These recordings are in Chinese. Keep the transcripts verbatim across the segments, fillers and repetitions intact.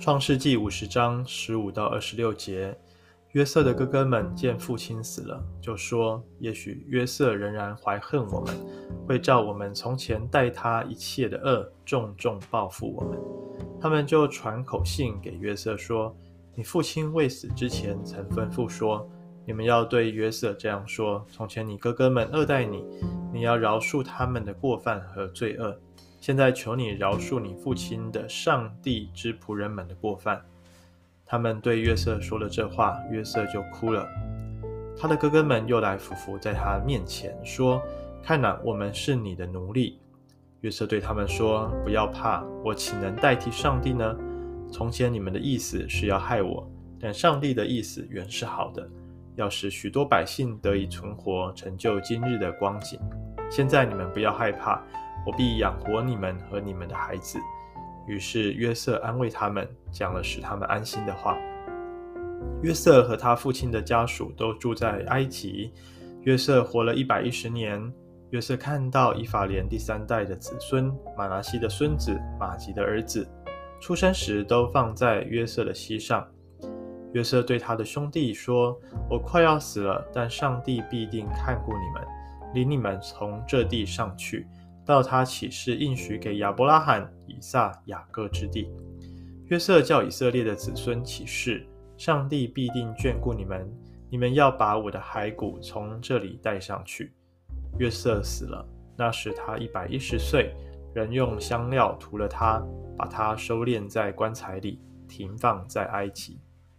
创世纪五十章十五到二十六节，约瑟的哥哥们见父亲死了，就说：也许约瑟仍然怀恨我们，会照我们从前待他一切的恶，重重报复我们。他们就传口信给约瑟说：你父亲未死之前曾吩咐说，你们要对约瑟这样说：从前你哥哥们恶待你，你要饶恕他们的过犯和罪恶。现在求你饶恕你父亲的上帝之仆人们的过犯。他们对约瑟说了这话，约瑟就哭了。他的哥哥们又来俯伏在他面前，说：看哪，我们是你的奴隶。约瑟对他们说：不要怕，我岂能代替上帝呢？从前你们的意思是要害我，但上帝的意思原是好的，要使许多百姓得以存活，成就今日的光景。现在你们不要害怕，我必养活你们和你们的孩子。于是约瑟安慰他们，讲了使他们安心的话。约瑟和他父亲的家属都住在埃及。约瑟活了一百一十年。约瑟看到以法莲第三代的子孙，马拿西的孙子，马吉的儿子，出生时都放在约瑟的膝上。约瑟对他的兄弟说：我快要死了，但上帝必定看顾你们，领你们从这地上去，到他起誓应许给亚伯拉罕、以撒、雅各之地。约瑟叫以色列的子孙起誓：上帝必定眷顾你们，你们要把我的骸骨从这里带上去。约瑟死了，那时他一百一十岁，人用香料涂了他，把他收敛在棺材里，停放在埃及。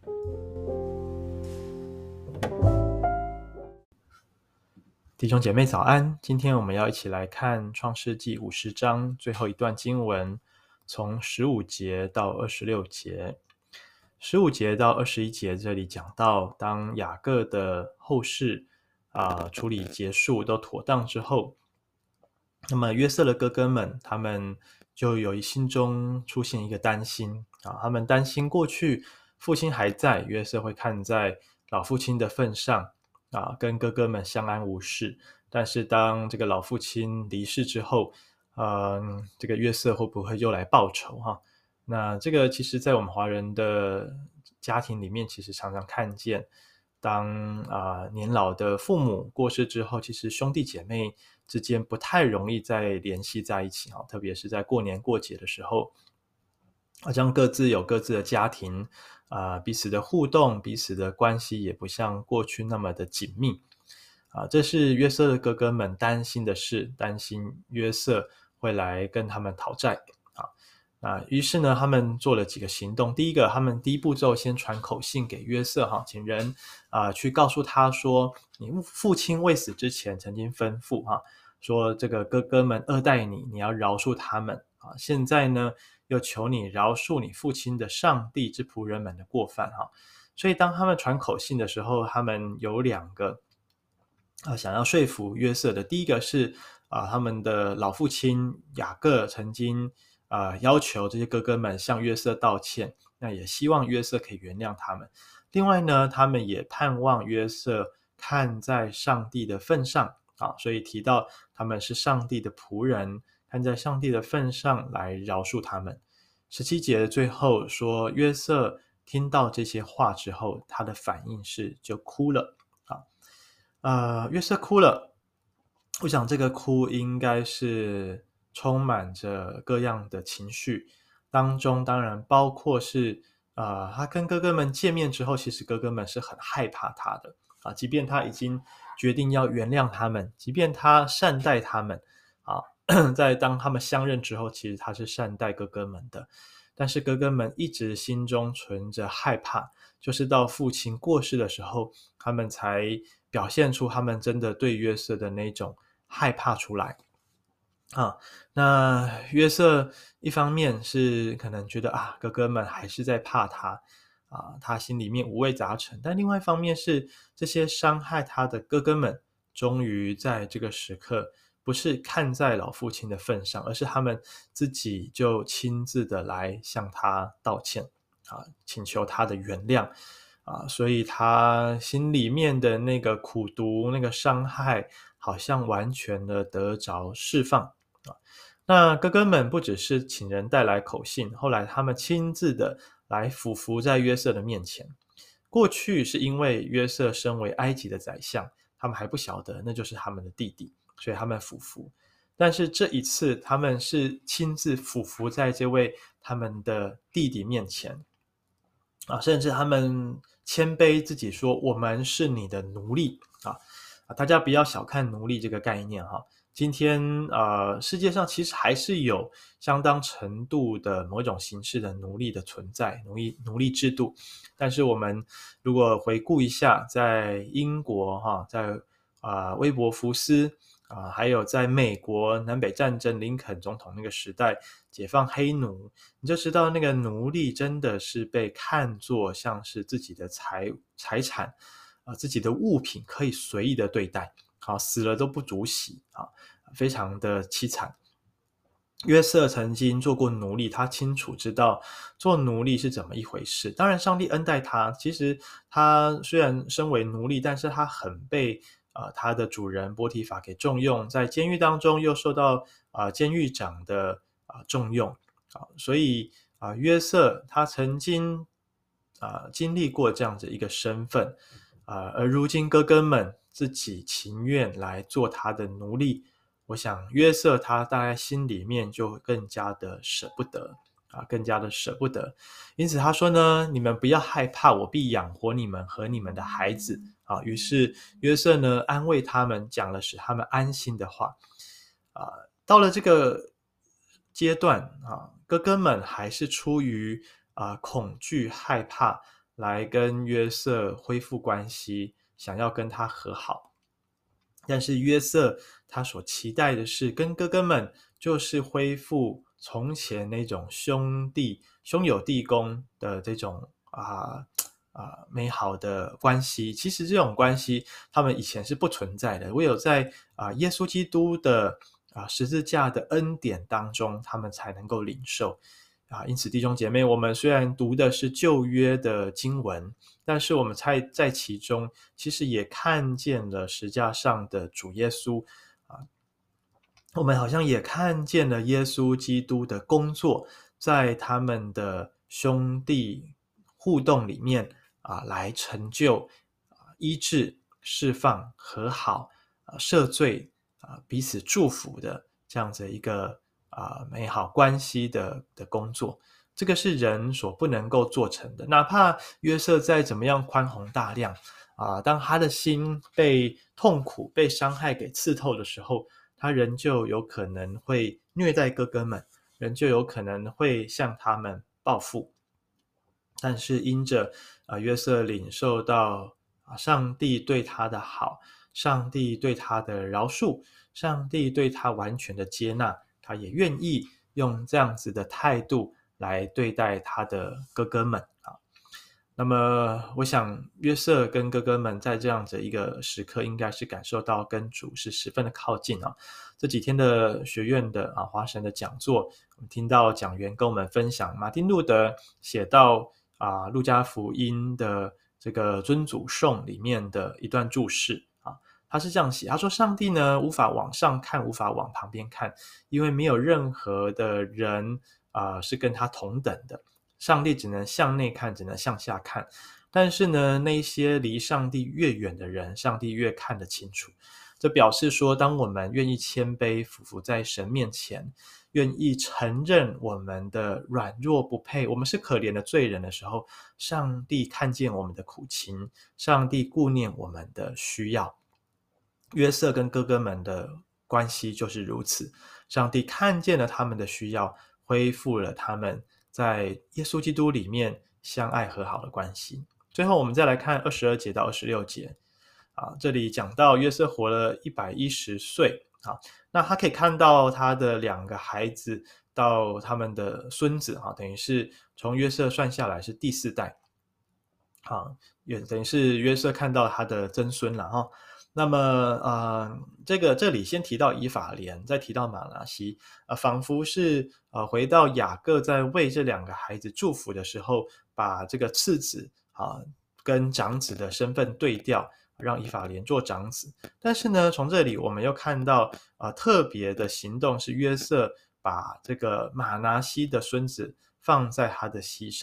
弟兄姐妹早安，今天我们要一起来看创世纪五十章最后一段经文，从十五节到二十六节。十五节到二十一节这里讲到，当雅各的后事啊、处理结束都妥当之后，那么约瑟的哥哥们他们就有心中出现一个担心啊，他们担心过去父亲还在，约瑟会看在老父亲的份上啊，跟哥哥们相安无事。但是当这个老父亲离世之后，呃，这个约瑟会不会又来报仇哈？那这个其实在我们华人的家庭里面，其实常常看见，当啊、呃、年老的父母过世之后，其实兄弟姐妹之间不太容易再联系在一起哈，特别是在过年过节的时候，好像各自有各自的家庭啊、呃，彼此的互动、彼此的关系也不像过去那么的紧密啊、呃。这是约瑟的哥哥们担心的事，担心约瑟会来跟他们讨债啊。那于是呢，他们做了几个行动。第一个，他们第一步骤先传口信给约瑟哈，请人啊、呃、去告诉他说，你父亲未死之前曾经吩咐哈，说这个哥哥们恶待你，你要饶恕他们啊。现在呢，又求你饶恕你父亲的上帝之仆人们的过犯哈。所以当他们传口信的时候，他们有两个啊、呃、想要说服约瑟的。第一个是啊、呃、他们的老父亲雅各曾经呃，要求这些哥哥们向约瑟道歉，那也希望约瑟可以原谅他们。另外呢，他们也盼望约瑟看在上帝的份上啊，所以提到他们是上帝的仆人，看在上帝的份上来饶恕他们。十七节的最后说，约瑟听到这些话之后，他的反应是就哭了啊。呃，约瑟哭了，我想这个哭应该是充满着各样的情绪，当中当然包括是呃，他跟哥哥们见面之后，其实哥哥们是很害怕他的啊，即便他已经决定要原谅他们，即便他善待他们啊，在当他们相认之后，其实他是善待哥哥们的，但是哥哥们一直心中存着害怕，就是到父亲过世的时候，他们才表现出他们真的对约瑟的那种害怕出来。啊，那约瑟一方面是可能觉得啊，哥哥们还是在怕他啊，他心里面五味杂陈。但另外一方面是这些伤害他的哥哥们，终于在这个时刻，不是看在老父亲的份上，而是他们自己就亲自的来向他道歉啊，请求他的原谅啊，所以他心里面的那个苦毒、那个伤害，好像完全的得着释放。那哥哥们不只是请人带来口信，后来他们亲自的来俯伏在约瑟的面前。过去是因为约瑟身为埃及的宰相，他们还不晓得那就是他们的弟弟，所以他们俯伏。但是这一次他们是亲自俯伏在这位他们的弟弟面前啊，甚至他们谦卑自己说，我们是你的奴隶啊！大家不要小看奴隶这个概念哈。今天呃，世界上其实还是有相当程度的某种形式的奴隶的存在，奴隶奴隶制度。但是我们如果回顾一下，在英国哈，在啊、呃、威伯福斯啊、呃，还有在美国南北战争林肯总统那个时代解放黑奴，你就知道那个奴隶真的是被看作像是自己的财财产啊、呃，自己的物品可以随意的对待。好，死了都不足惜啊，非常的凄惨。约瑟曾经做过奴隶，他清楚知道做奴隶是怎么一回事。当然，上帝恩待他，其实他虽然身为奴隶，但是他很被呃他的主人波提法给重用，在监狱当中又受到啊、呃、监狱长的啊、呃、重用啊，所以啊、呃、约瑟他曾经啊、呃、经历过这样子一个身份啊、呃，而如今哥哥们自己情愿来做他的奴隶，我想约瑟他大概心里面就更加的舍不得啊，更加的舍不得。因此他说呢，你们不要害怕，我必养活你们和你们的孩子啊。于是约瑟呢安慰他们，讲了使他们安心的话啊。到了这个阶段啊，哥哥们还是出于啊恐惧害怕来跟约瑟恢复关系，想要跟他和好。但是约瑟他所期待的是跟哥哥们就是恢复从前那种兄弟兄友弟恭的这种啊啊美好的关系。其实这种关系他们以前是不存在的，唯有在啊耶稣基督的啊十字架的恩典当中，他们才能够领受啊。因此弟兄姐妹，我们虽然读的是旧约的经文，但是我们在在其中其实也看见了十字架上的主耶稣啊，我们好像也看见了耶稣基督的工作，在他们的兄弟互动里面啊，来成就啊医治、释放、和好、啊赦罪啊彼此祝福的这样子一个啊美好关系的的工作。这个是人所不能够做成的，哪怕约瑟再怎么样宽宏大量啊，当他的心被痛苦、被伤害给刺透的时候，他仍旧有可能会虐待哥哥们，仍旧有可能会向他们报复。但是因着啊约瑟领受到啊上帝对他的好，上帝对他的饶恕，上帝对他完全的接纳，他也愿意用这样子的态度来对待他的哥哥们啊。那么我想约瑟跟哥哥们在这样子一个时刻，应该是感受到跟主是十分的靠近啊。这几天的学院的啊华神的讲座，我们听到讲员跟我们分享马丁路德写到啊路加福音的这个尊主颂里面的一段注释啊，他是这样写，他说上帝呢无法往上看，无法往旁边看，因为没有任何的人啊是跟他同等的。上帝只能向内看，只能向下看。但是呢，那些离上帝越远的人，上帝越看得清楚。这表示说，当我们愿意谦卑俯伏在神面前，愿意承认我们的软弱不配，我们是可怜的罪人的时候，上帝看见我们的苦情，上帝顾念我们的需要。约瑟跟哥哥们的关系就是如此，上帝看见了他们的需要，恢复了他们在耶稣基督里面相爱和好的关系。最后我们再来看二十二节到二十六节啊，这里讲到约瑟活了一百一十岁啊，那他可以看到他的两个孩子到他们的孙子啊，等于是从约瑟算下来是第四代啊，也等于是约瑟看到他的曾孙了哈。那么呃，这个这里先提到以法莲，再提到玛拿西，呃，仿佛是呃回到雅各在为这两个孩子祝福的时候，把这个次子啊跟长子的身份对调，让以法莲做长子。但是呢，从这里我们又看到啊、呃、特别的行动是约瑟把这个玛拿西的孙子放在他的膝上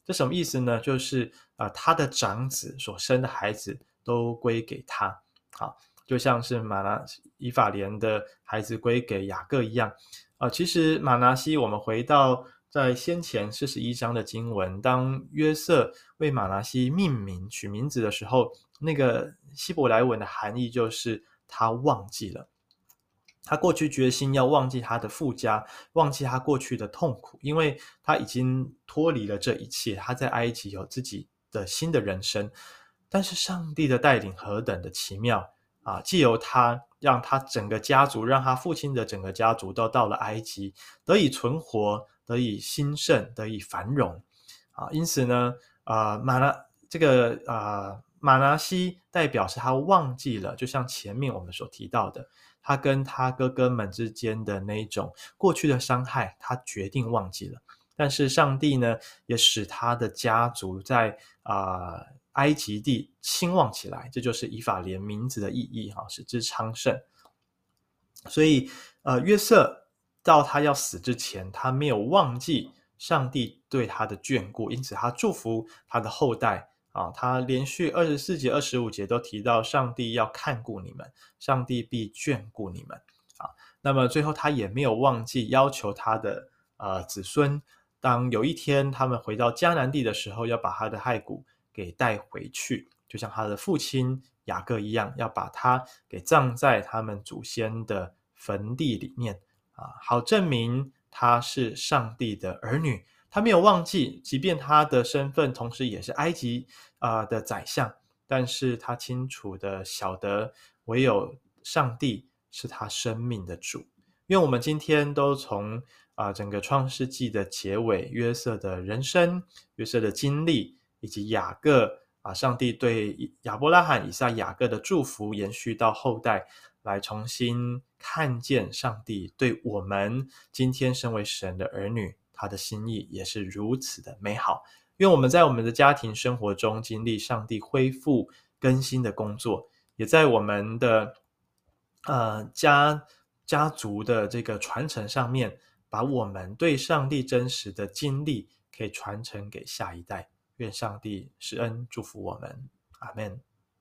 这什么意思呢？就是呃，他的长子所生的孩子都归给他，好，就像是马拿以法莲的孩子归给雅各一样。呃，其实马拿西，我们回到在先前四十一章的经文，当约瑟为马拿西命名取名字的时候，那个希伯来文的含义就是他忘记了。他过去决心要忘记他的父家，忘记他过去的痛苦，因为他已经脱离了这一切，他在埃及有自己的新的人生。但是上帝的带领何等的奇妙啊！藉由他，让他整个家族，让他父亲的整个家族都到了埃及，得以存活，得以兴盛，得以繁荣啊！因此呢，啊、呃，马拿这个啊、呃、马拿西代表是他忘记了，就像前面我们所提到的。他跟他哥哥们之间的那一种过去的伤害，他决定忘记了。但是上帝呢，也使他的家族在啊、呃、埃及地兴旺起来，这就是以法莲名字的意义哈，使之昌盛。所以呃，约瑟到他要死之前，他没有忘记上帝对他的眷顾，因此他祝福他的后代。啊，他连续二十四节、二十五节都提到上帝要看顾你们，上帝必眷顾你们。啊，那么最后他也没有忘记要求他的呃子孙，当有一天他们回到迦南地的时候，要把他的骸骨给带回去，就像他的父亲雅各一样，要把他给葬在他们祖先的坟地里面啊，好证明他是上帝的儿女。他没有忘记，即便他的身份同时也是埃及、呃、的宰相，但是他清楚的晓得，唯有上帝是他生命的主。因为我们今天都从、呃、整个创世纪的结尾，约瑟的人生、约瑟的经历，以及雅各、啊、上帝对亚伯拉罕、以撒、雅各的祝福延续到后代，来重新看见上帝对我们今天身为神的儿女，他的心意也是如此的美好。因为我们在我们的家庭生活中经历上帝恢复更新的工作，也在我们的呃家家族的这个传承上面，把我们对上帝真实的经历可以传承给下一代。愿上帝施恩祝福我们，阿们。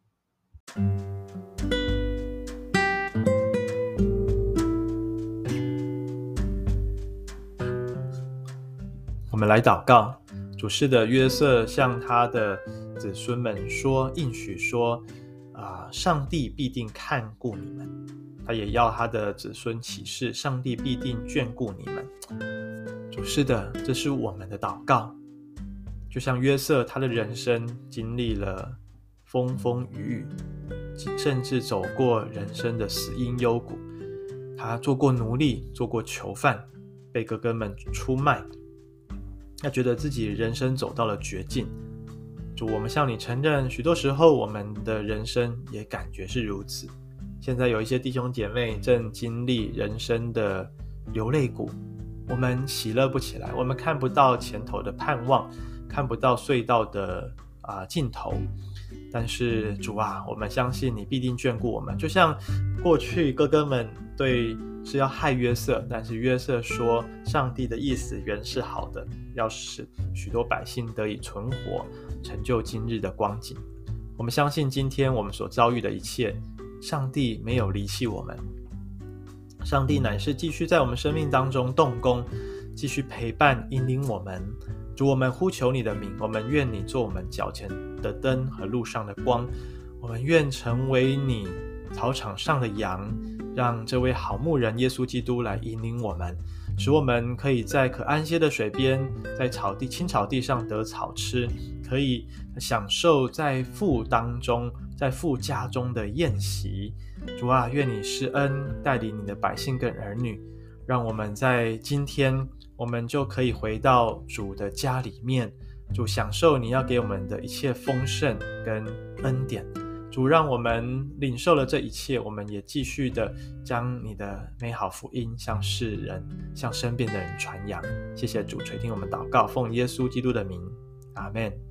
我们来祷告。主是的，约瑟向他的子孙们说，应许说、呃、上帝必定看顾你们，他也要他的子孙起誓，上帝必定眷顾你们。主是的，这是我们的祷告。就像约瑟，他的人生经历了风风雨雨，甚至走过人生的死荫幽谷，他做过奴隶，做过囚犯，被哥哥们出卖，他觉得自己人生走到了绝境。主，我们向你承认，许多时候我们的人生也感觉是如此。现在有一些弟兄姐妹正经历人生的流泪谷，我们喜乐不起来，我们看不到前头的盼望，看不到隧道的、呃、尽头。但是主啊，我们相信你必定眷顾我们，就像过去哥哥们对是要害约瑟，但是约瑟说上帝的意思原是好的，要使许多百姓得以存活，成就今日的光景。我们相信今天我们所遭遇的一切，上帝没有离弃我们，上帝乃是继续在我们生命当中动工，继续陪伴引领我们。主，我们呼求你的名，我们愿你做我们脚前的灯和路上的光，我们愿成为你草场上的羊，让这位好牧人耶稣基督来引领我们，使我们可以在可安歇的水边，在草地青草地上得草吃，可以享受在父当中，在父家中的宴席。主啊，愿你施恩带领你的百姓跟儿女，让我们在今天我们就可以回到主的家里面，主享受你要给我们的一切丰盛跟恩典。主，让我们领受了这一切，我们也继续的将你的美好福音向世人，向身边的人传扬。谢谢主垂听我们祷告，奉耶稣基督的名，阿们。